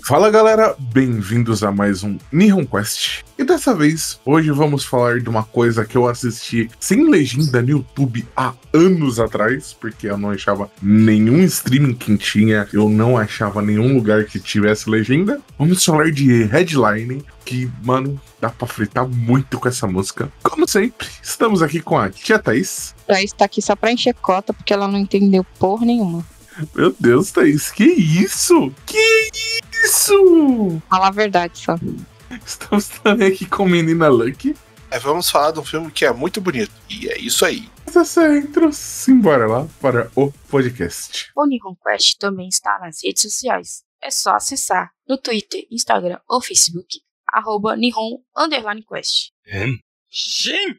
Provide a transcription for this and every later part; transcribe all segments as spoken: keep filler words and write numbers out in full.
Fala galera, bem-vindos a mais um Nihon Quest. E dessa vez, hoje vamos falar de uma coisa que eu assisti sem legenda no YouTube há anos atrás, porque eu não achava nenhum streaming que tinha, eu não achava nenhum lugar que tivesse legenda. Vamos falar de Headline, que, mano, dá pra fritar muito com essa música. Como sempre, estamos aqui com a tia Thaís. Thaís tá aqui só pra encher cota, porque ela não entendeu porra nenhuma. Meu Deus, Thaís, que isso? Que isso? Fala a verdade só. Estamos também aqui com a menina Lucky. É, vamos falar de um filme que é muito bonito. E é isso aí. Centro, simbora lá para o podcast. O Nihon Quest também está nas redes sociais. É só acessar no Twitter, Instagram ou Facebook, arroba Nihon underline Quest. Hum. Sim!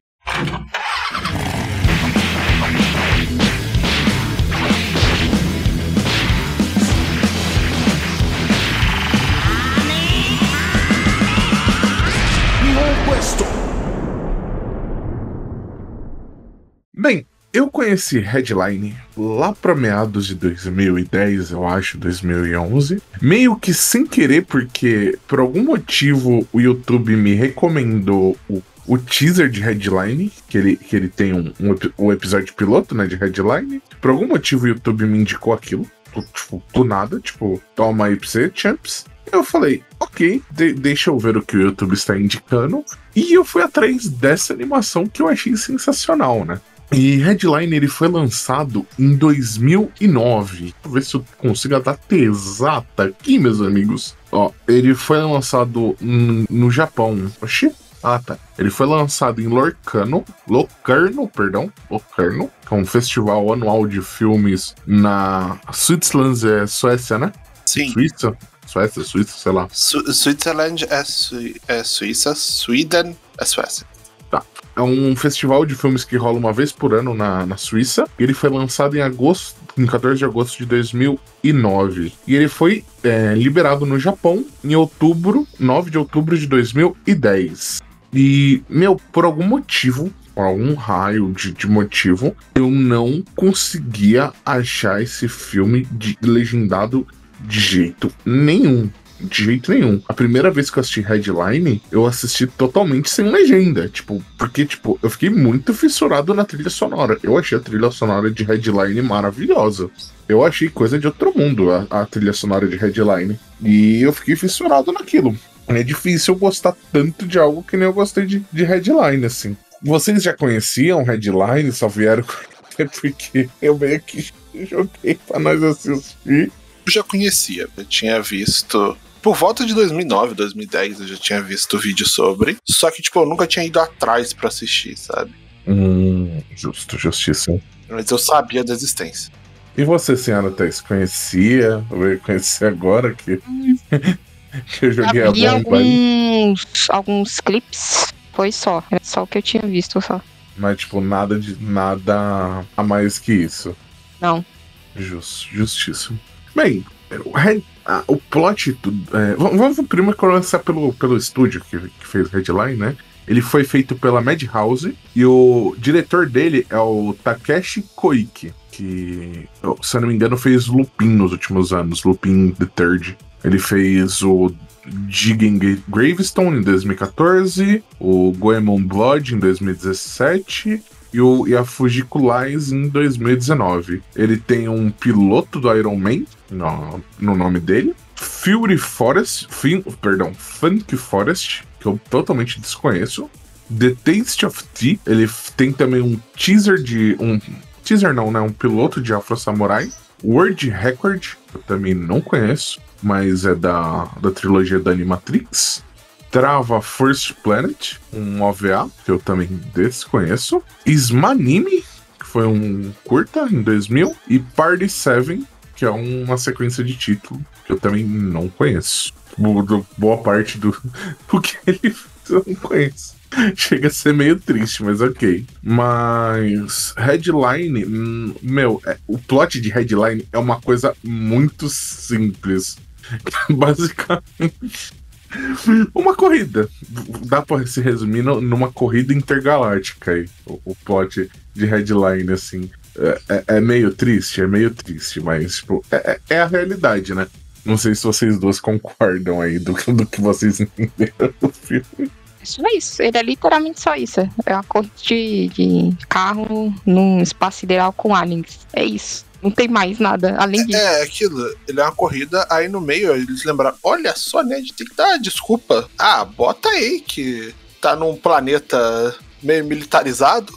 Bem, eu conheci Headline lá para meados de dois mil e dez, eu acho, dois mil e onze. Meio que sem querer, porque por algum motivo o YouTube me recomendou o, o teaser de Headline, que ele, que ele tem um, um, um episódio piloto, né, de Headline. Por algum motivo o YouTube me indicou aquilo, tipo, do nada, tipo, toma aí pra você, champs. Eu falei, ok, de- deixa eu ver o que o YouTube está indicando. E eu fui atrás dessa animação que eu achei sensacional, né? E Headline, ele foi lançado em dois mil e nove. Vou ver se eu consigo a data exata aqui, meus amigos. Ó, ele foi lançado n- no Japão. Oxi. Ah, tá. Ele foi lançado em Locarno, Locarno, perdão, Locarno, que é um festival anual de filmes na Switzerland, é Suécia, né? Sim. Suíça? Suécia, Suíça, sei lá. Su- Switzerland é, Sui- é Suíça, Sweden é Suécia. É um festival de filmes que rola uma vez por ano na, na Suíça. Ele foi lançado em agosto, em quatorze de agosto de dois mil e nove. E ele foi é, liberado no Japão em outubro, nove de outubro de dois mil e dez. E, meu, por algum motivo, por algum raio de, de motivo, eu não conseguia achar esse filme de, legendado de jeito nenhum. De jeito nenhum. A primeira vez que eu assisti Headline, eu assisti totalmente sem legenda. Tipo, porque, tipo, eu fiquei muito fissurado na trilha sonora. Eu achei a trilha sonora de Headline maravilhosa. Eu achei coisa de outro mundo, a, a trilha sonora de Headline. E eu fiquei fissurado naquilo. É difícil eu gostar tanto de algo que nem eu gostei de, de Headline, assim. Vocês já conheciam Headline? Só vieram conhecer porque eu meio que joguei pra nós assistir. Eu já conhecia, eu tinha visto... Por volta de dois mil e nove, dois mil e dez, eu já tinha visto vídeo sobre. Só que, tipo, eu nunca tinha ido atrás pra assistir, sabe? Hum, justo, justiça. Mas eu sabia da existência. E você, senhora Thaís, conhecia? Veio conhecer agora que, que eu joguei a Vi bomba aí? alguns, alguns clips, foi só. Era só o que eu tinha visto, só. Mas, tipo, nada de nada a mais que isso. Não. Just, justíssimo. Bem, o, Red- ah, o plot... do- é, vamos vamos primeiro começar pelo, pelo estúdio que, que fez Headline, né? Ele foi feito pela Madhouse e o diretor dele é o Takeshi Koike, que, se eu não me engano, fez Lupin nos últimos anos, Lupin the Third. Ele fez o Jigen Gravestone em dois mil e quatorze, o Goemon Blood em dois mil e dezessete e, o, e a Fujiko Lies em dois mil e dezenove. Ele tem um piloto do Iron Man no, no nome dele, Fury Forest, fin, perdão, Funk Forest, que eu totalmente desconheço, The Taste of Tea. Ele f- tem também um teaser de... um teaser não, né? Um piloto de Afro Samurai, World Record, que eu também não conheço, mas é da, da trilogia da Animatrix. Trava First Planet, um O V A, que eu também desconheço. Smanime, que foi um curta em dois mil. E Party Seven, que é uma sequência de título, que eu também não conheço. Bo- do- Boa parte do, do que ele fez eu não conheço. Chega a ser meio triste, mas ok. Mas Headline, hum, meu, é- o plot de Headline é uma coisa muito simples. Basicamente, uma corrida. Dá pra se resumir no- numa corrida intergaláctica aí, o, o plot de Headline, assim. É, é- é meio triste, é meio triste, mas tipo, é, é- é a realidade, né? Não sei se vocês duas concordam aí do, do que vocês entenderam do filme. É só isso, ele é literalmente só isso. É uma corrida de, de carro num espaço sideral com aliens. É isso. Não tem mais nada além disso. É, aquilo, ele é uma corrida, aí no meio eles lembraram, olha só, né, a gente tem que dar desculpa. Ah, bota aí que tá num planeta meio militarizado.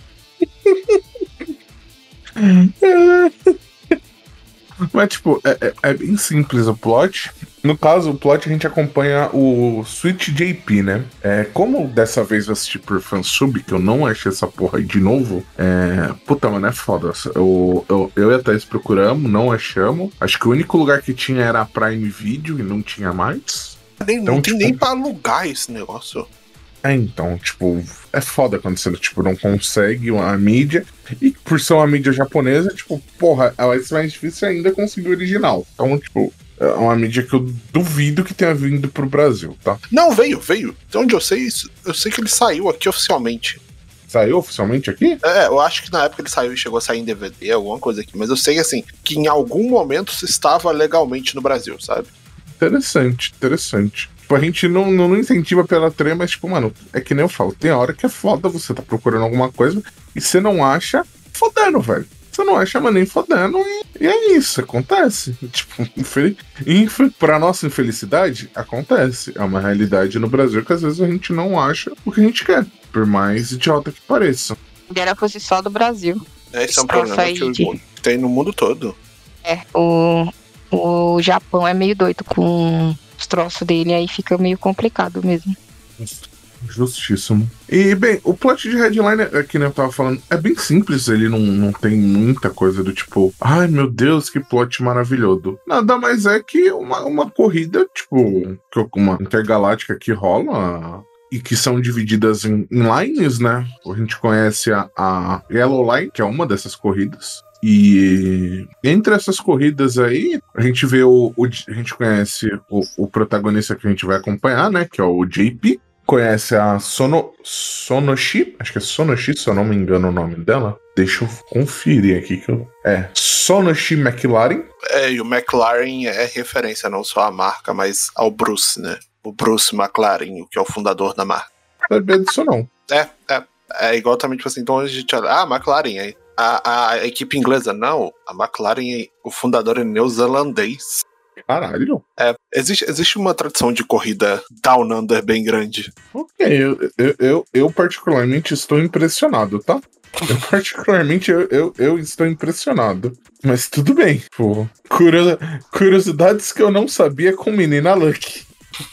Mas, tipo, é, é, é bem simples o plot. No caso, o plot a gente acompanha o Sweet J P, né? É, como dessa vez eu assisti por fansub, que eu não achei essa porra aí de novo, é... Puta, mano, é foda. Eu, eu, eu e a Thaís procuramos, não achamos. Acho que o único lugar que tinha era a Prime Video e não tinha mais. Nem, Então, não tem tipo... nem pra alugar esse negócio. É, então, tipo, é foda quando você, tipo, não consegue a mídia. E por ser uma mídia japonesa, tipo, porra, vai ser mais difícil ainda conseguir o original. Então, tipo, é uma mídia que eu duvido que tenha vindo pro Brasil, tá? Não, veio, veio. De onde eu sei, eu sei que ele saiu aqui oficialmente. Saiu oficialmente aqui? É, eu acho que na época ele saiu e chegou a sair em D V D, alguma coisa aqui. Mas eu sei, assim, que em algum momento se estava legalmente no Brasil, sabe? Interessante, interessante. Tipo, a gente não, não, não incentiva pela trama, mas, tipo, mano, é que nem eu falo, tem hora que é foda, você tá procurando alguma coisa e você não acha, fodendo, velho. Você não acha, mas nem fodendo e, e é isso, acontece. Tipo, infel... Inf... pra nossa infelicidade, acontece. É uma realidade no Brasil que às vezes a gente não acha o que a gente quer, por mais idiota que pareça. Se era fosse só do Brasil. É, esse é um Esse problema aí que de- tem no mundo todo. É, o, o Japão é meio doido com os troços dele, aí fica meio complicado mesmo. Justíssimo. E, bem, o plot de Headline, é, que nem eu tava falando, é bem simples, ele não, não tem muita coisa do tipo, ai meu Deus, que plot maravilhoso. Nada mais é que uma, uma corrida, tipo, que uma intergaláctica que rola e que são divididas em, em lines, né? A gente conhece a, a Yellow Line, que é uma dessas corridas. E entre essas corridas aí, a gente vê o. o a gente conhece o, o protagonista que a gente vai acompanhar, né? Que é o J P. Conhece a Sono, Sonoshi, acho que é Sonoshi, se eu não me engano o nome dela. Deixa eu conferir aqui que eu. É, Sonoshi McLaren. É, e o McLaren é referência não só à marca, mas ao Bruce, né? O Bruce McLaren, que é o fundador da marca. Não sabia disso não. É, é. É igual também, tipo assim, então a gente olha, ah, McLaren, aí. A, a equipe inglesa, não. A McLaren, o fundador é neozelandês. Caralho. É, existe, existe uma tradição de corrida down under bem grande. Ok, eu, eu, eu, eu particularmente estou impressionado, tá? Eu particularmente eu, eu, eu estou impressionado. Mas tudo bem. Pô, curiosa- curiosidades que eu não sabia com menina Lucky.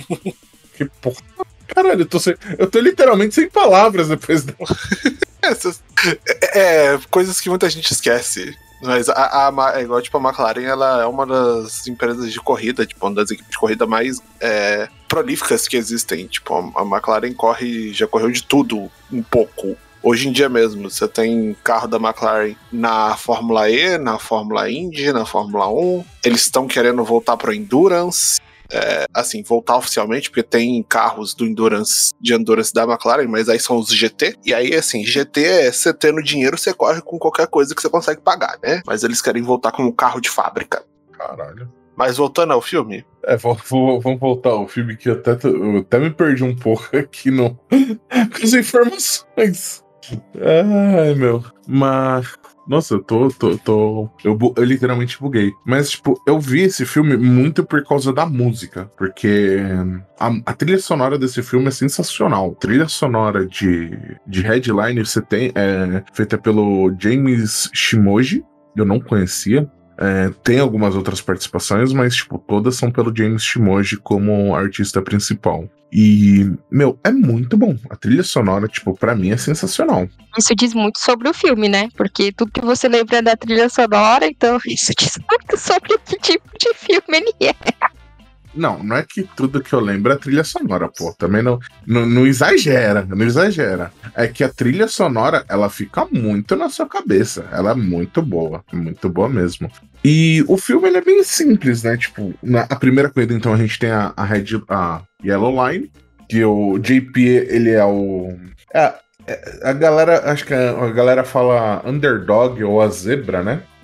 Que porra. Caralho, eu tô, sem, eu tô literalmente sem palavras depois dela. Essas, é, é, coisas que muita gente esquece. Mas a, a, é igual, tipo, a McLaren, ela é uma das empresas de corrida, tipo, uma das equipes de corrida mais é, prolíficas que existem. Tipo, a, a McLaren corre, já correu de tudo um pouco. Hoje em dia mesmo, você tem carro da McLaren na Fórmula E, na Fórmula Indy, na Fórmula um. Eles estão querendo voltar pro Endurance. É, assim, voltar oficialmente, porque tem carros do Endurance, de Endurance da McLaren, mas aí são os G T. E aí, assim, G T é você tendo dinheiro, você corre com qualquer coisa que você consegue pagar, né? Mas eles querem voltar com um carro de fábrica. Caralho. Mas voltando ao filme. É, vou, vou- vamos voltar ao filme que eu até, eu até me perdi um pouco aqui no, com as informações. Ai, meu. Mas. Nossa, eu tô. tô, tô eu, bu- eu literalmente buguei. Mas, tipo, eu vi esse filme muito por causa da música. Porque a, a trilha sonora desse filme é sensacional. A trilha sonora de, de Headline você tem é feita pelo James Shimoji. Eu não conhecia. É, tem algumas outras participações, mas, tipo, todas são pelo James Shimoji como artista principal. E, meu, é muito bom. A trilha sonora, tipo, pra mim é sensacional. Isso diz muito sobre o filme, né? Porque tudo que você lembra é da trilha sonora, então isso diz muito sobre que tipo de filme ele é. Não, não é que tudo que eu lembro é trilha sonora, pô. Também não, não, não exagera, não exagera. É que a trilha sonora, ela fica muito na sua cabeça. Ela é muito boa, muito boa mesmo. E o filme, ele é bem simples, né? Tipo, na a primeira corrida, então, a gente tem a, a, Red, a Yellow Line, que o J P, ele é o... É, é, a galera, acho que a, a galera fala underdog ou a zebra, né?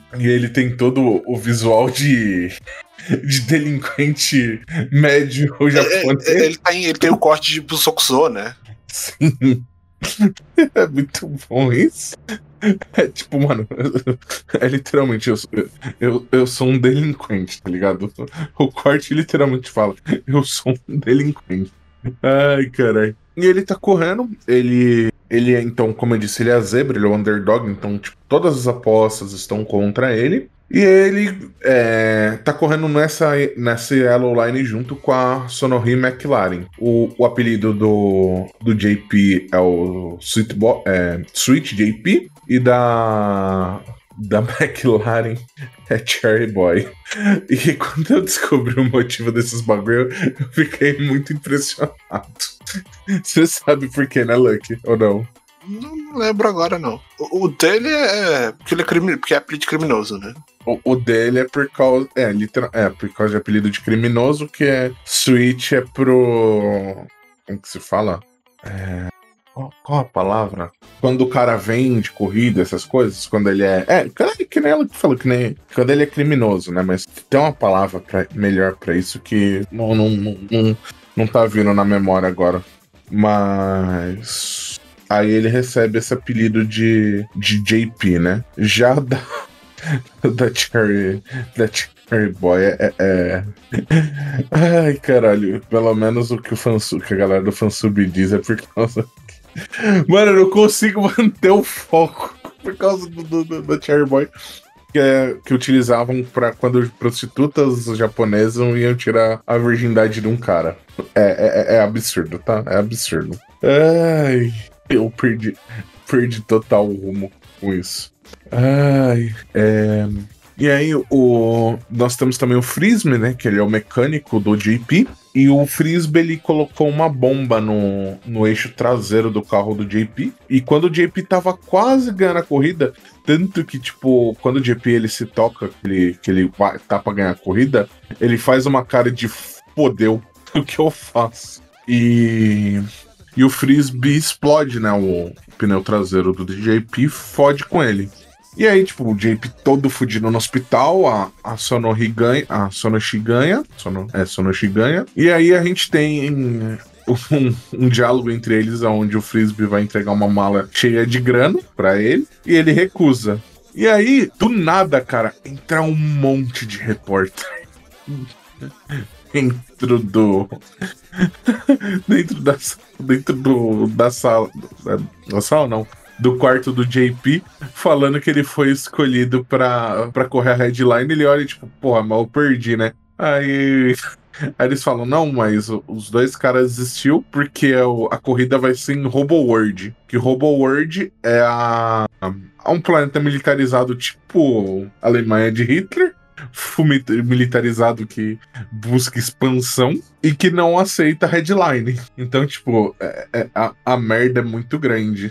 E ele tem todo o visual de, de delinquente médio japonês. Ele, ele, tem, ele tem o corte de Bussokuso, né? Sim. É muito bom isso. É tipo, mano, é literalmente, eu, eu, eu sou um delinquente, tá ligado? O corte literalmente fala, eu sou um delinquente. Ai, caralho. E ele tá correndo, ele, ele é, então, como eu disse, ele é a zebra, ele é o underdog, então, tipo, todas as apostas estão contra ele. E ele é, tá correndo nessa, nessa yellow line junto com a Sonohi McLaren. O, o apelido do, do J P é o Sweet, Bo, é, Sweet J P e da, da McLaren é Cherry Boy. E quando eu descobri o motivo desses bagulho, eu fiquei muito impressionado. Você sabe por quê, né, Lucky? Ou não? Não lembro agora, não. O, o dele é porque ele é, crime, porque é apelido de criminoso, né? O, o dele é por causa. É, literal, é, por causa de apelido de criminoso, que é. Switch é pro. Como que se fala? É. Qual, qual a palavra? Quando o cara vem de corrida, essas coisas, quando ele é. É, que nem ela que falou, que nem. Quando ele é criminoso, né? Mas tem uma palavra pra, melhor pra isso que não, não, não, não, não tá vindo na memória agora. Mas. Aí ele recebe esse apelido de, de J P, né? Já da, da Cherry, da Cherry Boy é, é... Ai, caralho. Pelo menos o que, o fansub, que a galera do fansub diz é por causa... Mano, eu não consigo manter o foco por causa do, do, do da Cherry Boy. Que, é, que utilizavam pra quando prostitutas japonesas iam tirar a virgindade de um cara. É, é, é absurdo, tá? É absurdo. Ai... Eu perdi, perdi total o rumo com isso. Ai, é... E aí, o... nós temos também o Frisbee, né? Que ele é o mecânico do J P. E o Frisbee, ele colocou uma bomba no, no eixo traseiro do carro do J P. E quando o J P tava quase ganhando a corrida, tanto que, tipo, quando o J P ele se toca, que ele, que ele tá pra ganhar a corrida, ele faz uma cara de fodeu o que eu faço. E... E o Frisbee explode, né? O pneu traseiro do J P fode com ele. E aí, tipo, o J P todo fudido no hospital, a, a Sonohi ganha, a Sonoshi ganha, Sono, é, Sonoshi ganha. E aí a gente tem um, um diálogo entre eles, onde o Frisbee vai entregar uma mala cheia de grana pra ele, e ele recusa. E aí, do nada, cara, entra um monte de repórter. Dentro do. dentro da. Dentro do. Da sala. Da, da sala, não. Do quarto do J P, falando que ele foi escolhido pra, pra correr a headline. Ele olha, tipo, porra, mas eu perdi, né? Aí. Aí eles falam, não, mas os dois caras desistiu porque a corrida vai ser em Robo World. Que Robo World é a, a um planeta militarizado tipo a Alemanha de Hitler. Militarizado que busca expansão e que não aceita headline. Então, tipo, é, é, a, a merda é muito grande.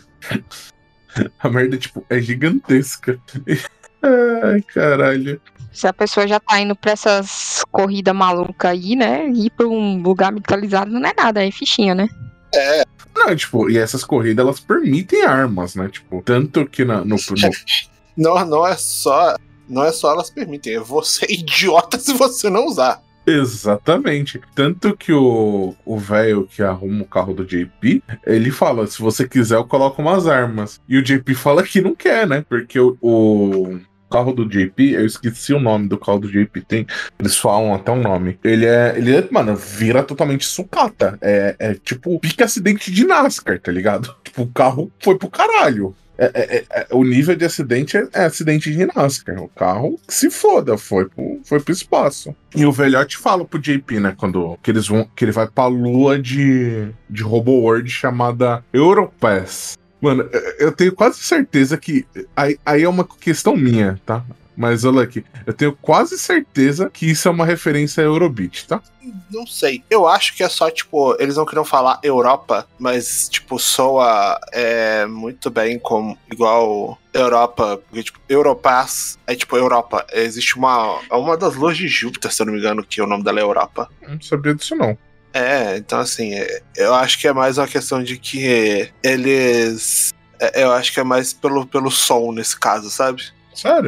A merda, tipo, é gigantesca. Ai, caralho. Se a pessoa já tá indo pra essas corridas malucas aí, né? Ir pra um lugar militarizado não é nada, é fichinha, né? É. Não, tipo, e essas corridas, elas permitem armas, né? Tipo, tanto que na, no, no... Não, não é só... Não é só elas permitem, é você idiota se você não usar. Exatamente. Tanto que o velho que arruma o carro do J P, ele fala, se você quiser eu coloco umas armas. E o J P fala que não quer, né? Porque o, o carro do J P, eu esqueci o nome do carro do J P, tem, eles falam até um nome. Ele é, ele é, mano, vira totalmente sucata. É, é tipo, pique acidente de NASCAR, tá ligado? Tipo, o carro foi pro caralho. É, é, é, o nível de acidente é, é acidente de NASCAR. O carro que se foda, foi pro, foi pro espaço. E o velhote fala pro J P, né, quando que, eles vão, que ele vai pra lua de, de Robo World chamada Europass. Mano, eu tenho quase certeza que. Aí, aí é uma questão minha, tá? Mas olha aqui, eu tenho quase certeza que isso é uma referência a Eurobeat, tá? Não sei. Eu acho que é só, tipo, eles não queriam falar Europa, mas, tipo, soa é, muito bem como igual Europa, porque, tipo, Europass é, tipo, Europa. Existe uma, uma das luas de Júpiter, se eu não me engano, que o nome dela é Europa. Não sabia disso, não. É, então, assim, eu acho que é mais uma questão de que eles... Eu acho que é mais pelo, pelo som, nesse caso, sabe? Sério?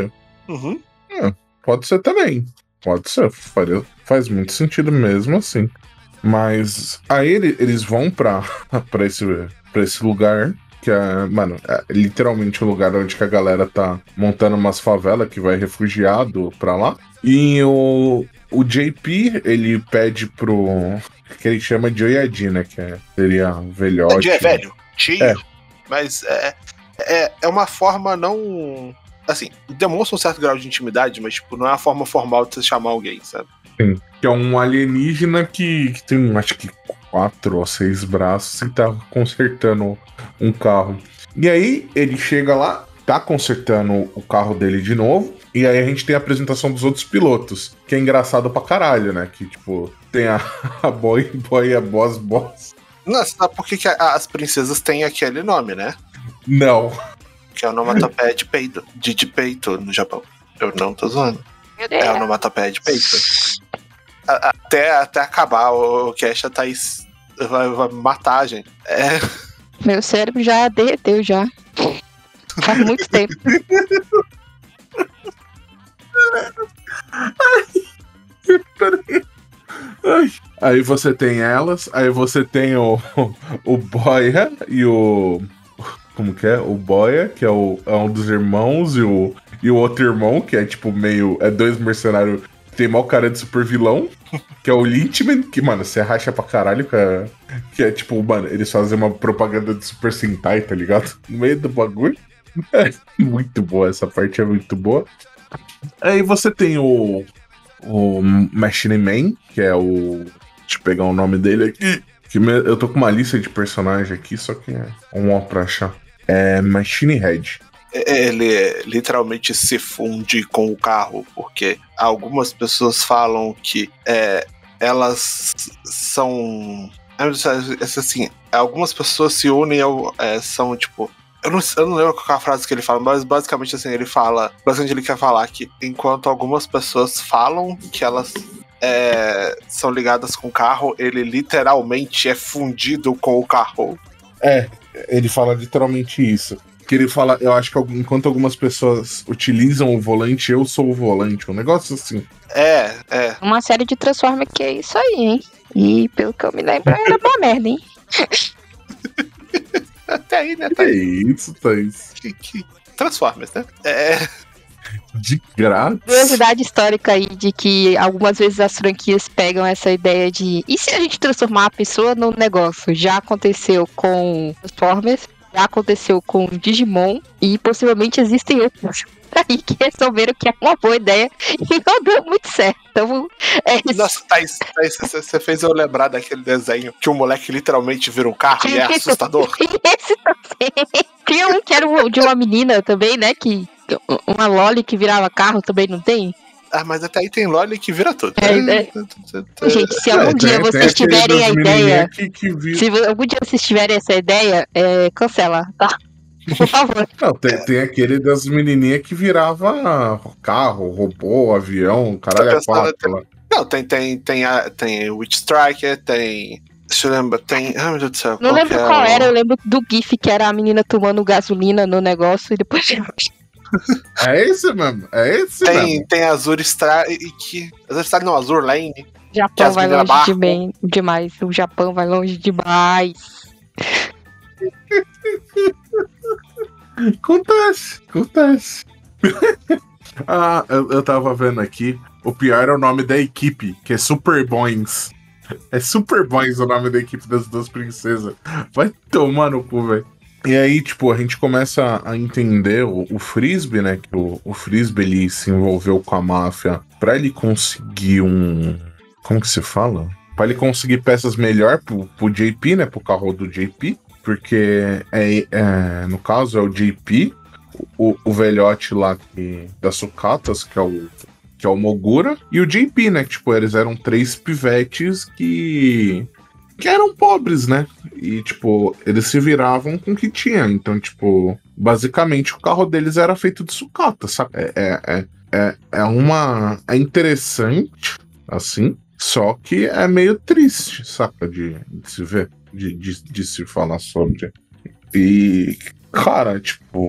Uhum. É, pode ser também. Pode ser. Faria, faz muito sentido mesmo assim. Mas aí ele- eles vão pra, pra, esse, pra esse lugar, que é, mano, é literalmente o lugar onde que a galera tá montando umas favelas que vai refugiado pra lá. E o, o J P, ele pede pro. Que ele chama de Oyadi, né? Que é, seria velhote. É velho, tio. É. Mas é, é, é uma forma não. Assim, demonstra um certo grau de intimidade, mas tipo, não é a forma formal de você chamar alguém, sabe? Sim. Que é um alienígena que, que tem, acho que, quatro ou seis braços e tá consertando um carro. E aí ele chega lá, tá consertando o carro dele de novo. E aí a gente tem a apresentação dos outros pilotos, que é engraçado pra caralho, né? Que, tipo, tem a, a boy, boy, a boss, boss. Não, sabe por que, que a- as princesas têm aquele nome, né? Não. Que é onomatopeia de peito, de, de peito no Japão. Eu não tô zoando. Meu Deus. É onomatopeia de peito. A- Até, até acabar, o Cash a Thaís vai, vai matar a gente. É, Meu cérebro já derreteu já. Faz muito tempo. Peraí. Ai. Aí você tem elas, aí você tem o, o Boya e o. Como que é? O Boya, que é, o, é um dos irmãos, e o, e o outro irmão, que é tipo meio. É dois mercenários que tem mau cara de super vilão, que é o Lynchman, que, mano, você racha pra caralho, que é, que é tipo, mano, eles fazem uma propaganda de Super Sentai, tá ligado? No meio do bagulho. É muito boa, essa parte é muito boa. Aí você tem o. O Machine Man, que é o. Deixa eu pegar o nome dele aqui. Que me- eu tô com uma lista de personagens aqui, só que é um ó pra achar. É Machine Head. ele literalmente se funde com o carro, porque algumas pessoas falam que é, elas são. Assim, algumas pessoas se unem ao. É, são tipo. Eu não, eu não lembro qual é a frase que ele fala, mas basicamente assim, ele fala. Basicamente ele quer falar que enquanto algumas pessoas falam que elas é, são ligadas com o carro, ele literalmente é fundido com o carro. É, ele fala literalmente isso. Que ele fala, eu acho que algum- enquanto algumas pessoas utilizam o volante, eu sou o volante. Um negócio assim. É, é. Uma série de Transformers que é isso aí, hein? E pelo que eu me lembro, era uma merda, hein? Até aí, né, Que Thaís? isso, Thaís? Que, que... Transformers, né? É. De grátis. Curiosidade histórica aí de que algumas vezes as franquias pegam essa ideia de e se a gente transformar a pessoa no negócio? Já aconteceu com Transformers, já aconteceu com Digimon e possivelmente existem outros aí que resolveram que é uma boa ideia e não deu muito certo. Então, é isso. Nossa, Thaís, Thaís, você você fez eu lembrar daquele desenho que o moleque literalmente vira um carro e é assustador. E esse também. Tinha um que era um- de uma menina também, né? Que uma Loli que virava carro também, não tem? Ah, mas até aí tem Loli que vira tudo. É, é. Gente, se algum É, dia tem- tem vocês aquele tiverem das a menininhas ideia, Que, que vi- se vo- algum dia vocês tiverem essa ideia, é, cancela, tá? Por favor. Não, tem, tem aquele das menininhas que virava carro, robô, avião, caralho, Tô a pensando quatro lá. Não, tem, tem, tem, a, tem Witch Striker, tem. Deixa eu lembrar, tem. Ai, meu Deus do céu. Não lembro que é qual o- era, eu lembro do GIF que era a menina tomando gasolina no negócio e depois. É esse mesmo, é esse Tem, mesmo. tem Azure Star e que. Azure Star não, Azure Lane. Que Japão as vai meninas longe de barco. bem, demais. O Japão vai longe demais. Acontece, acontece. Ah, eu, eu tava vendo aqui. O pior é o nome da equipe, que é Super Boys. É Super Boys o nome da equipe das duas princesas. Vai tomar no cu, velho. E aí, tipo, a gente começa a entender o, o Frisbee, né? Que o, o Frisbee ele se envolveu com a máfia pra ele conseguir um. Como que se fala? Pra ele conseguir peças melhor pro, pro J P, né? Pro carro do J P. Porque, é, é, no caso, é o J P, o, o velhote lá que, das sucatas, que é o. Que é o Mogura, e o J P, né? Que, tipo, eles eram três pivetes que. Que eram pobres, né? E, tipo, eles se viravam com o que tinha. Então, tipo, basicamente o carro deles era feito de sucata, sabe? É, é, é, é, é uma. É interessante, assim, só que é meio triste, saca? De, de se ver, de, de, de se falar sobre. E, cara, tipo.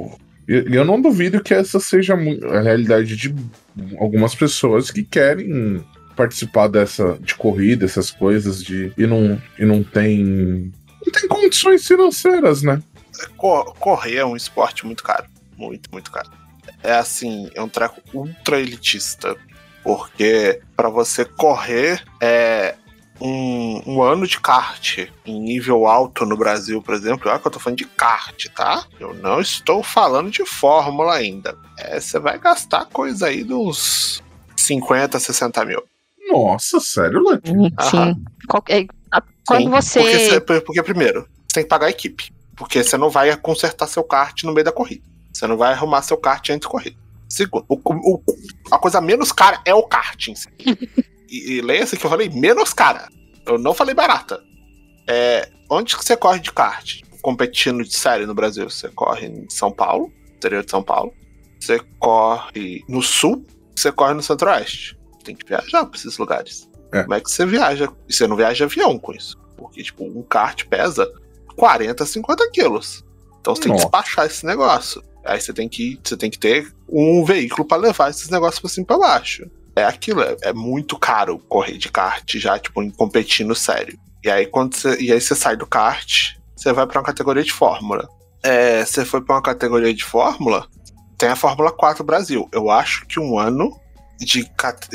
E e eu não duvido que essa seja mu- a realidade de algumas pessoas que querem participar dessa de corrida, essas coisas, de e não, e não tem. Não tem condições financeiras, né? Co- correr é um esporte muito caro. Muito, muito caro. É assim, é um treco ultra elitista. Porque pra você correr é um, um ano de kart em nível alto no Brasil, por exemplo. Olha que eu tô falando de kart, tá? Eu não estou falando de fórmula ainda. É, você vai gastar coisa aí de uns cinquenta, sessenta mil. Nossa, sério, Lucky? Hum, Aham. Sim. Qualquer- a- Quando Sim, você. Porque, cê- porque, primeiro, você tem que pagar a equipe. Porque você não vai consertar seu kart no meio da corrida. Você não vai arrumar seu kart antes da corrida. Segundo, o- o- a coisa menos cara é o kart em si. E, e leia-se que eu falei menos cara. Eu não falei barata. É, onde que você corre de kart? Competindo de série no Brasil. Você corre em São Paulo, interior de São Paulo. Você corre no sul. Você corre no centro-oeste. Tem que viajar pra esses lugares. É. Como é que você viaja? E você não viaja de avião com isso. Porque, tipo, um kart pesa quarenta, cinquenta quilos. Então você tem que Nossa. despachar esse negócio. Aí você tem que, você tem que ter um veículo pra levar esses negócios pra cima e pra baixo. É aquilo, é, é muito caro correr de kart já, tipo, em competindo sério. E aí, quando você, e aí você sai do kart, você vai pra uma categoria de fórmula. É, você foi pra uma categoria de fórmula, tem a Fórmula quatro Brasil. Eu acho que um ano de, cat-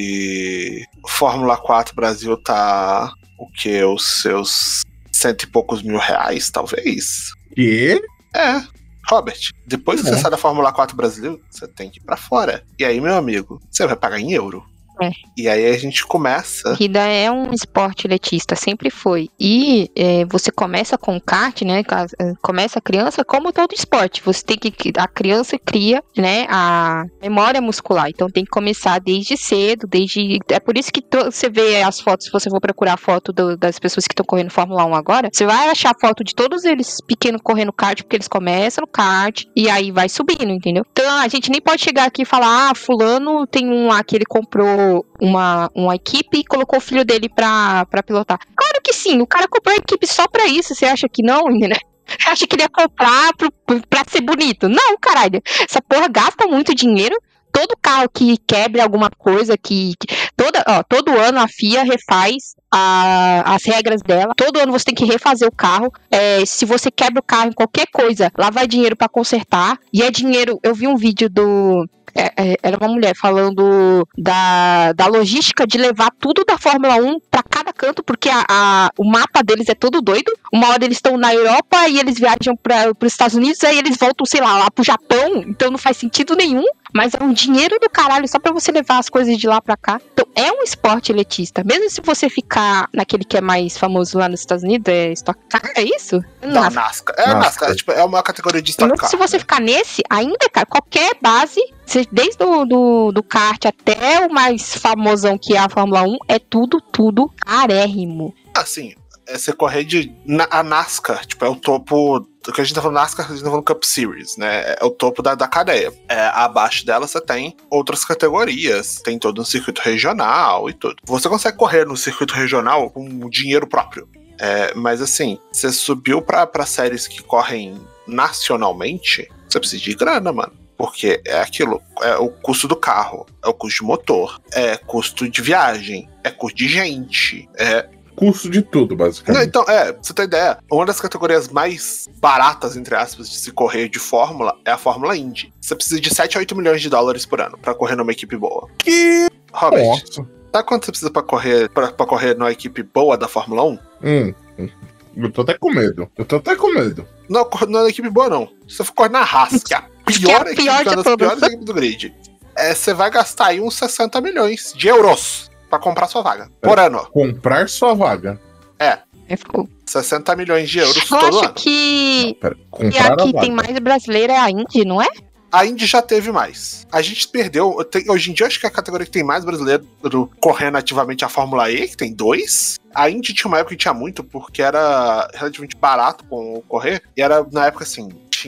de Fórmula quatro Brasil tá o que? Os seus cento e poucos mil reais, talvez? Que? É, Robert, depois que Uhum. você sai da Fórmula quatro Brasil, você tem que ir pra fora. E aí, meu amigo, você vai pagar em euro. É. E aí a gente começa. Corrida é um esporte elitista, sempre foi. E é, você começa com kart, né? ca- Começa a criança como todo esporte. Você tem que. A criança cria, né? A memória muscular. Então tem que começar desde cedo, desde. É por isso que to- você vê as fotos, se você for procurar a foto do- das pessoas que estão correndo Fórmula um agora, você vai achar foto de todos eles pequenos correndo kart, porque eles começam no kart e aí vai subindo, entendeu? Então a gente nem pode chegar aqui e falar, ah, fulano tem um lá que ele comprou uma, uma equipe e colocou o filho dele pra, pra pilotar. Claro que sim, o cara comprou a equipe só pra isso, você acha que não, né? Você acha que ele ia comprar pro, pra ser bonito? Não, caralho, essa porra gasta muito dinheiro. Todo carro que quebre alguma coisa, que, que toda, ó, todo ano a F I A refaz a- as regras dela. Todo ano você tem que refazer o carro. É, se você quebra o carro em qualquer coisa, lá vai dinheiro pra consertar. E é dinheiro. Eu vi um vídeo do. é, é, era uma mulher falando da, da logística de levar tudo da Fórmula um pra cada canto, porque a, a- o mapa deles é todo doido. Uma hora eles estão na Europa e eles viajam para os Estados Unidos, aí eles voltam, sei lá, lá pro Japão. Então não faz sentido nenhum. Mas é um dinheiro do caralho só pra você levar as coisas de lá pra cá. Então é um esporte elitista. Mesmo se você ficar naquele que é mais famoso lá nos Estados Unidos, é Stock Car, é isso? Não, Não, NASCAR. É a NASCAR. NASCAR, é, tipo, é uma categoria de Stock não, Car. se você né? ficar nesse, ainda, cara, qualquer base, se- desde o do, do kart até o mais famosão que é a Fórmula um, é tudo, tudo carérrimo. Assim, é você correr de. Na, a NASCAR, tipo, é o topo. Do que a gente tá falando NASCAR, a gente tá falando Cup Series, né? É o topo da, da cadeia. É, abaixo dela você tem outras categorias. Tem todo um circuito regional e tudo. Você consegue correr no circuito regional com dinheiro próprio. É, mas assim, você subiu pra, pra séries que correm nacionalmente, você precisa de grana, mano. Porque é aquilo, é o custo do carro, é o custo de motor, é custo de viagem, é custo de gente, é Custo de tudo, Não, basicamente. então, é, pra você ter ideia, uma das categorias mais baratas, entre aspas, de se correr de Fórmula é a Fórmula Indy. Você precisa de sete a oito milhões de dólares por ano pra correr numa equipe boa. Que. Robert, Nossa. sabe quanto você precisa pra correr, pra, pra correr numa equipe boa da Fórmula um? Hum. hum. Eu tô até com medo. Eu tô até com medo. Não, corre- não é uma equipe boa, não. Se você for correr na Haas, que é a pior, a equipe, pior que é uma de das todas. piores equipes do grid, é, você vai gastar aí uns sessenta milhões de euros pra comprar sua vaga. Por ano. Comprar sua vaga. É, ficou. sessenta milhões de euros Eu todo acho ano. que, Pera, que comprar a a que vaga. tem mais brasileira é a Indy, não é? A Indy já teve mais. A gente perdeu. tem- hoje em dia, acho que a categoria que tem mais brasileiro correndo ativamente é a Fórmula E, que tem dois. A Indy tinha uma época que tinha muito, porque era relativamente barato com correr. E era, na época, assim,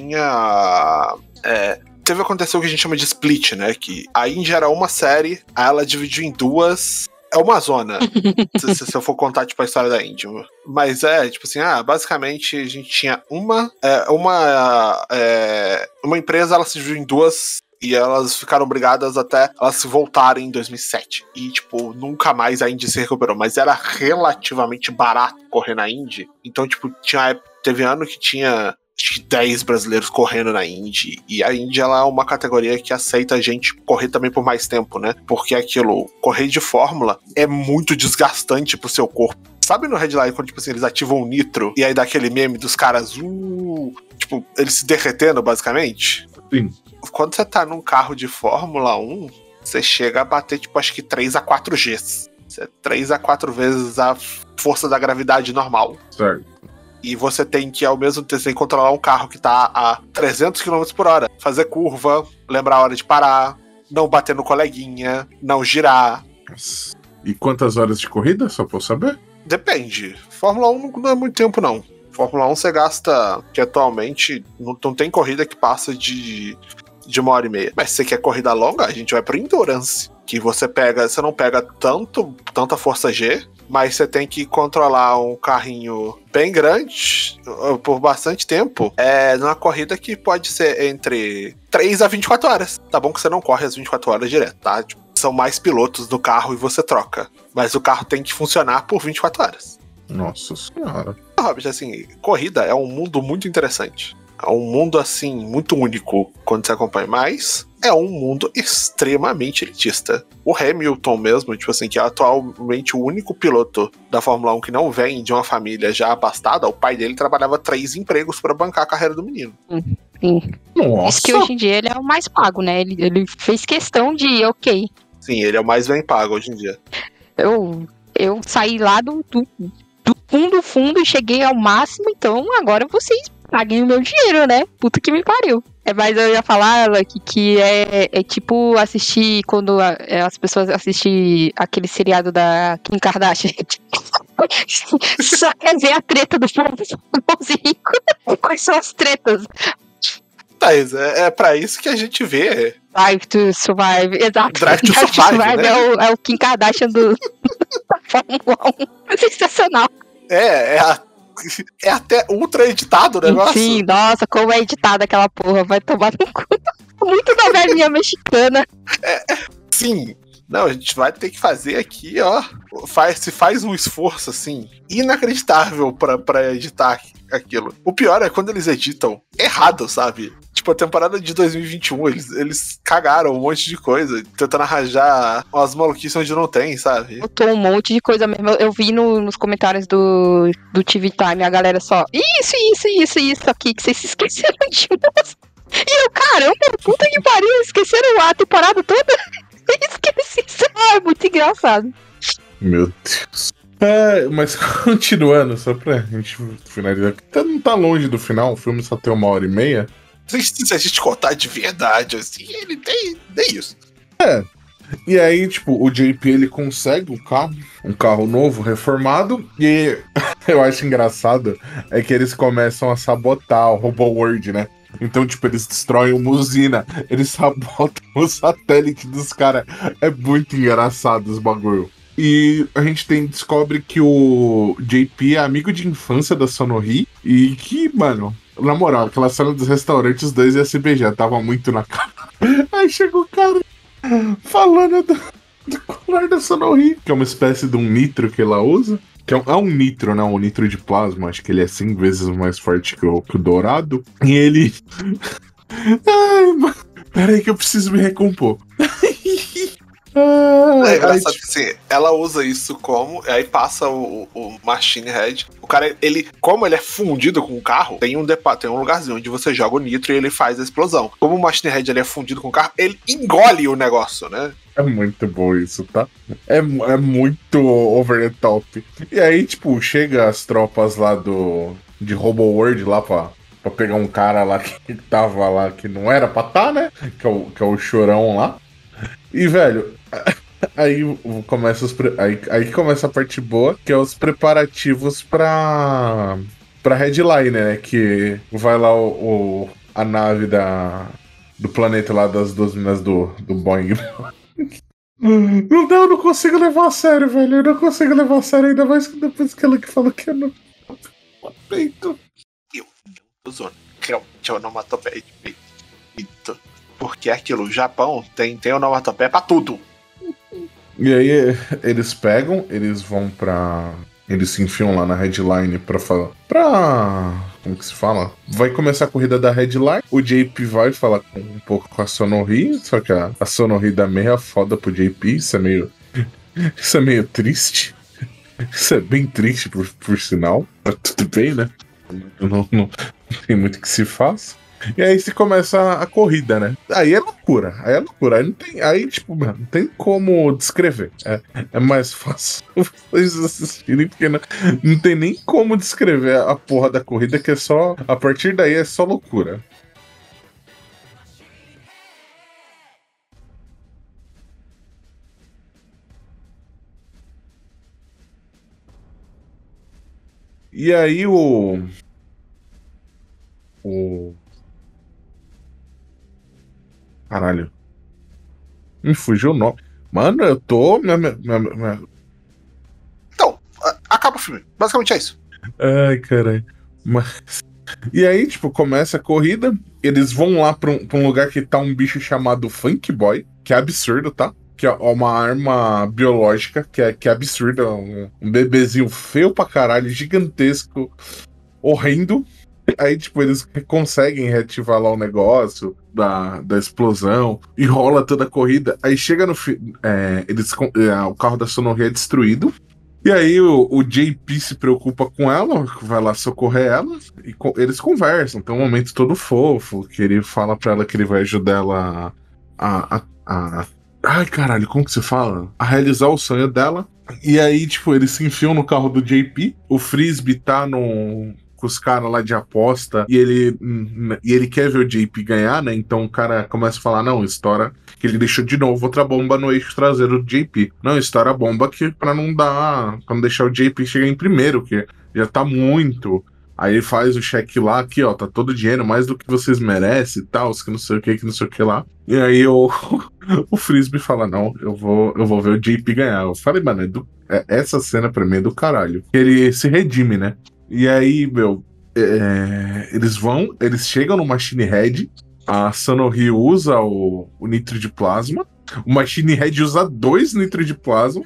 tinha. É, teve aconteceu o que a gente chama de split, né? Que a Indy era uma série, aí ela dividiu em duas. É uma zona, se, se eu for contar, tipo, a história da Indy. Mas é, tipo assim, ah, basicamente a gente tinha uma, é, uma, é, uma empresa, ela se dividiu em duas e elas ficaram obrigadas até elas se voltarem em dois mil e sete. E, tipo, nunca mais a Indy se recuperou, mas era relativamente barato correr na Indy. Então, tipo, tinha, teve ano que tinha acho que dez brasileiros correndo na Indy. E a Indy, ela é uma categoria que aceita a gente correr também por mais tempo, né? Porque aquilo, correr de fórmula é muito desgastante pro seu corpo. Sabe no Headline, quando, tipo assim, eles ativam o nitro e aí dá aquele meme dos caras, uh, tipo, eles se derretendo, basicamente? Sim. Quando você tá num carro de Fórmula um, você chega a bater, tipo, acho que três a quatro Gs. Você é três a quatro vezes a força da gravidade normal. Certo. E você tem que, ao mesmo tempo, você tem que controlar um carro que tá a trezentos quilômetros por hora. Fazer curva, lembrar a hora de parar, não bater no coleguinha, não girar. Nossa. E quantas horas de corrida, só pra eu saber? Depende. Fórmula um não é muito tempo, não. Fórmula um você gasta, que atualmente não, não tem corrida que passa de, de uma hora e meia. Mas se você quer corrida longa, a gente vai pro Endurance. Que você pega, você não pega tanto, tanta força G, mas você tem que controlar um carrinho bem grande por bastante tempo. É numa corrida que pode ser entre três a vinte e quatro horas. Tá bom que você não corre as vinte e quatro horas direto, tá? Tipo, são mais pilotos do carro e você troca. Mas o carro tem que funcionar por vinte e quatro horas. Nossa senhora. Hobbit, assim, corrida é um mundo muito interessante. É um mundo, assim, muito único quando você acompanha, mas é um mundo extremamente elitista. O Hamilton mesmo, tipo assim, que é atualmente o único piloto da Fórmula um que não vem de uma família já abastada, o pai dele trabalhava três empregos para bancar a carreira do menino. Sim. Nossa. Isso que hoje em dia ele é o mais pago, né? Ele, ele fez questão de, ok, Sim, ele é o mais bem pago hoje em dia. eu, eu saí lá do, do, do fundo, fundo e cheguei ao máximo, então agora vocês paguem o meu dinheiro, né? Puta que me pariu. É, mas eu ia falar, que, que é, é tipo assistir quando a, é, as pessoas assistem aquele seriado da Kim Kardashian. Só quer ver a treta do famoso rico. Quais são as tretas? Mas é, é pra isso que a gente vê. Drive to Survive, exato. Drive to Drive Survive, Survive né? é, o, é o Kim Kardashian do, da Fórmula um. Sensacional. É, é, a, é até ultra editado o negócio. Sim, nossa, como é editada aquela porra. Vai tomar no cu. Muito novelinha mexicana. É, sim. Não, a gente vai ter que fazer aqui, ó. Faz, se faz um esforço, assim, inacreditável pra, pra editar aquilo. O pior é quando eles editam errado, sabe? Tipo, a temporada de dois mil e vinte e um, eles, eles cagaram um monte de coisa, tentando arranjar umas maluquices onde não tem, sabe? Eu tô um monte de coisa mesmo. Eu, eu vi no, nos comentários do, do T V Time a galera só, isso, isso, isso, isso aqui, que vocês se esqueceram de nós. E eu, caramba, puta que pariu, esqueceram a temporada toda? Esqueci, isso é muito engraçado. Meu Deus. É, mas continuando, só pra gente finalizar. Tá, não tá longe do final, o filme só tem uma hora e meia. Se, se a gente contar de verdade, assim, ele tem, tem isso. É. E aí, tipo, o J P ele consegue um carro, um carro novo, reformado, e eu acho engraçado é que eles começam a sabotar o Robo World, né? Então, tipo, eles destroem uma usina, eles sabotam o satélite dos caras. É muito engraçado os bagulho. E a gente tem, descobre que o J P é amigo de infância da Sonohi e que, mano, na moral, aquela cena dos restaurantes, os dois iam se beijar, tava muito na cara. Aí chegou o cara falando do, do colar da Sonohi, que é uma espécie de um nitro que ela usa. Que é um, é um nitro, né? Um nitro de plasma. Acho que ele é cem vezes mais forte que o, que o dourado. E ele... Ai, mano. Peraí que eu preciso me recompor. É engraçado que assim, ela usa isso como, aí passa o, o Machine Head. O cara, ele, como ele é fundido com o carro, tem um, depa, tem um lugarzinho onde você joga o nitro e ele faz a explosão. Como o Machine Head ele é fundido com o carro, ele engole o negócio, né? É muito bom isso, tá? É, é muito over the top. E aí, tipo, chega as tropas lá do de Robo World lá pra, pra pegar um cara lá que tava lá, que não era pra tá, né? Que é o, que é o Chorão lá. E, velho, aí começa, os pre... aí, aí começa a parte boa, que é os preparativos pra, pra Headline, né? Que vai lá o, o, a nave da, do planeta lá das duas minas do, do Boeing. Não dá, eu não consigo levar a sério, velho. Eu não consigo levar a sério, ainda mais que depois que ela que falou que eu não. Peito. Eu não tô zoando. Realmente é onomatopeia de peito. Porque aquilo, o Japão tem, tem onomatopeia pra tudo. E aí eles pegam, eles vão pra. Eles se enfiam lá na headline pra falar. Pra. Como que se fala? Vai começar a corrida da headline. O J P vai falar com, um pouco com a Sonohi. Só que a, a Sonohi dá meia foda pro J P. Isso é meio. Isso é meio triste. Isso é bem triste, por, por sinal. Mas tudo bem, né? Não, não, não tem muito que se faça. E aí se começa a corrida, né? Aí é loucura, aí é loucura. Aí não tem, aí, tipo, mano, não tem como descrever. É, é mais fácil vocês assistirem, porque não, não tem nem como descrever a porra da corrida, que é só. A partir daí é só loucura. E aí o. O. Caralho. Me fugiu o nome. Mano, eu tô. Minha, minha, minha, minha... Então, a, acaba o filme. Basicamente é isso. Ai, caralho. Mas. E aí, tipo, começa a corrida. Eles vão lá pra um, pra um lugar que tá um bicho chamado Funk Boy, que é absurdo, tá? Que é uma arma biológica, que é, que é absurda. Um, um bebezinho feio pra caralho, gigantesco, horrendo. Aí, tipo, eles conseguem reativar lá o negócio da, da explosão e rola toda a corrida. Aí chega no fi- é, eles é, o carro da Sonohi é destruído. E aí o, o J P se preocupa com ela, vai lá socorrer ela e co- eles conversam. Tem um momento todo fofo que ele fala pra ela que ele vai ajudar ela a, a, a- ai, caralho, como que se fala? A realizar o sonho dela. E aí, tipo, eles se enfiam no carro do J P. O Frisbee tá no, com os caras lá de aposta e ele, hum, e ele quer ver o J P ganhar, né? Então o cara começa a falar: não, estoura. Que ele deixou de novo outra bomba no eixo traseiro do J P. Não, estoura a bomba que pra não dar. Pra não deixar o J P chegar em primeiro, que já tá muito. Aí ele faz o cheque lá, aqui, ó, tá todo o dinheiro, mais do que vocês merecem e tal, que não sei o que, que não sei o que lá. E aí o, o Frisbee fala: não, eu vou, eu vou ver o J P ganhar. Eu falei, mano, é do, é, essa cena pra mim é do caralho. Ele se redime, né? E aí, meu, é, eles vão, eles chegam no Machine Head, a Sonohi usa o, o nitro de plasma, o Machine Head usa dois nitro de plasma,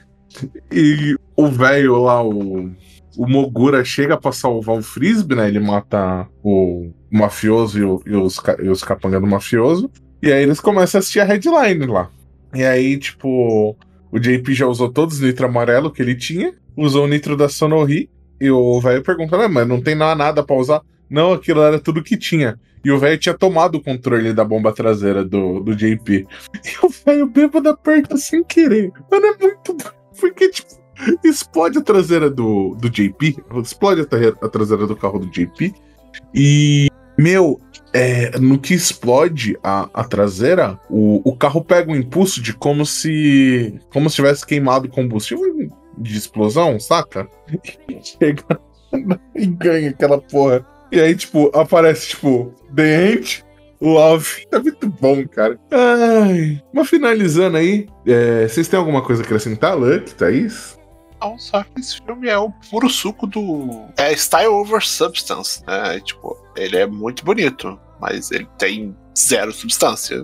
e o velho lá, o, o Mogura, chega pra salvar o Frisbee, né? Ele mata o mafioso e, o, e os, ca- e os capangas do mafioso, e aí eles começam a assistir a headline lá. E aí, tipo, o J P já usou todos os nitro amarelo que ele tinha, usou o nitro da Sonohi, e o velho pergunta: ah, mas não tem nada, nada pra usar? Não, aquilo era tudo que tinha. E o velho tinha tomado o controle da bomba traseira do, do J P. E o velho bêbado aperta sem querer. Mano, é muito. Porque, tipo, explode a traseira do, do J P. Explode a, tra- a traseira do carro do J P. E, meu, é, no que explode a, a traseira, o, o carro pega um impulso de como se. Como se tivesse queimado combustível de explosão, saca? E chega e ganha aquela porra. E aí, tipo, aparece, tipo, The End, Love. Tá muito bom, cara. Ai. Mas finalizando aí, é, vocês têm alguma coisa a acrescentar, Luck, Thaís? Não, só que esse filme é o puro suco do. É style over substance, né? Tipo, ele é muito bonito, mas ele tem zero substância.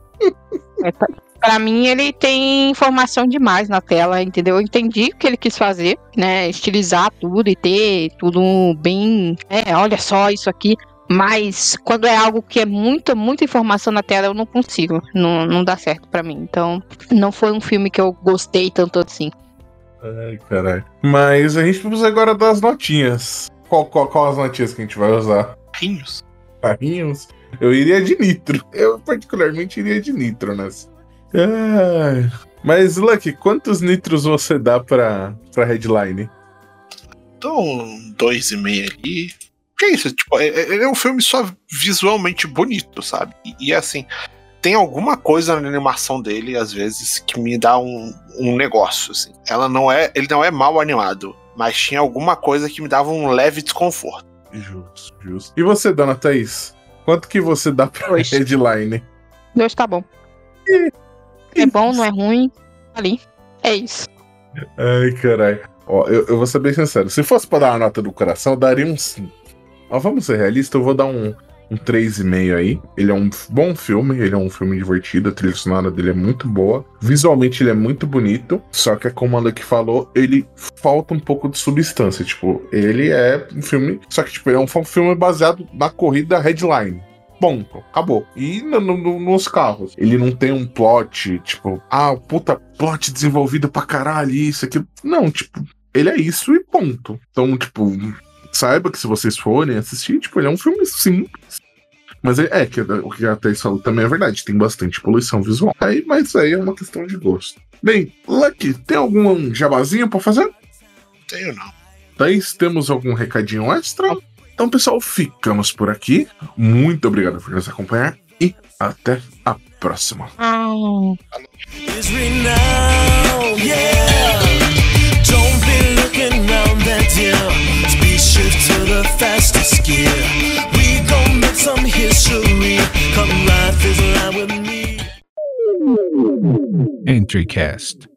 É, pra, pra mim, ele tem informação demais na tela, entendeu? Eu entendi o que ele quis fazer, né? Estilizar tudo e ter tudo bem. É, olha só isso aqui. Mas quando é algo que é muita, muita informação na tela, eu não consigo. Não, não dá certo pra mim. Então, não foi um filme que eu gostei tanto assim. Ai, caralho. Mas a gente precisa agora das notinhas. Qual, qual, qual as notinhas que a gente vai usar? Carrinhos. Carrinhos? Eu iria de nitro. Eu, particularmente, iria de nitro nessa. Ai. Mas, Lucky, quantos nitros você dá pra, pra headline? Então, um dois e meio ali. Que é isso? Tipo, é, é- ele é um filme só visualmente bonito, sabe? E, e, assim, tem alguma coisa na animação dele, às vezes, que me dá um, um negócio, assim. Ela não é, ele não é mal animado, mas tinha alguma coisa que me dava um leve desconforto. Justo, justo. E você, dona Thaís? Quanto que você dá pra Dois. headline? Dois tá bom. É bom, não é ruim. ali. É isso. Ai, caralho. Ó, eu, eu vou ser bem sincero. Se fosse pra dar uma nota do coração, eu daria um cinco. Ó, vamos ser realistas, eu vou dar um, um três vírgula cinco aí. Ele é um bom filme, ele é um filme divertido, a trilha sonora dele é muito boa. Visualmente ele é muito bonito, só que como a Lucky falou, ele falta um pouco de substância. Tipo, ele é um filme, só que tipo, ele é um filme baseado na corrida headline. Ponto, acabou. E no, no, nos carros, ele não tem um plot, tipo, ah, puta, plot desenvolvido pra caralho, isso, aquilo. Não, tipo, ele é isso e ponto. Então, tipo, saiba que se vocês forem assistir, tipo, ele é um filme simples. Mas é, é que o que a Thaís falou também é verdade, tem bastante poluição visual. Aí, mas aí é uma questão de gosto. Bem, Lucky, tem algum jabazinho pra fazer? Tenho não. Thaís, temos algum recadinho extra? Então, pessoal, ficamos por aqui. Muito obrigado por nos acompanhar e até a próxima. Ah. EntryCast.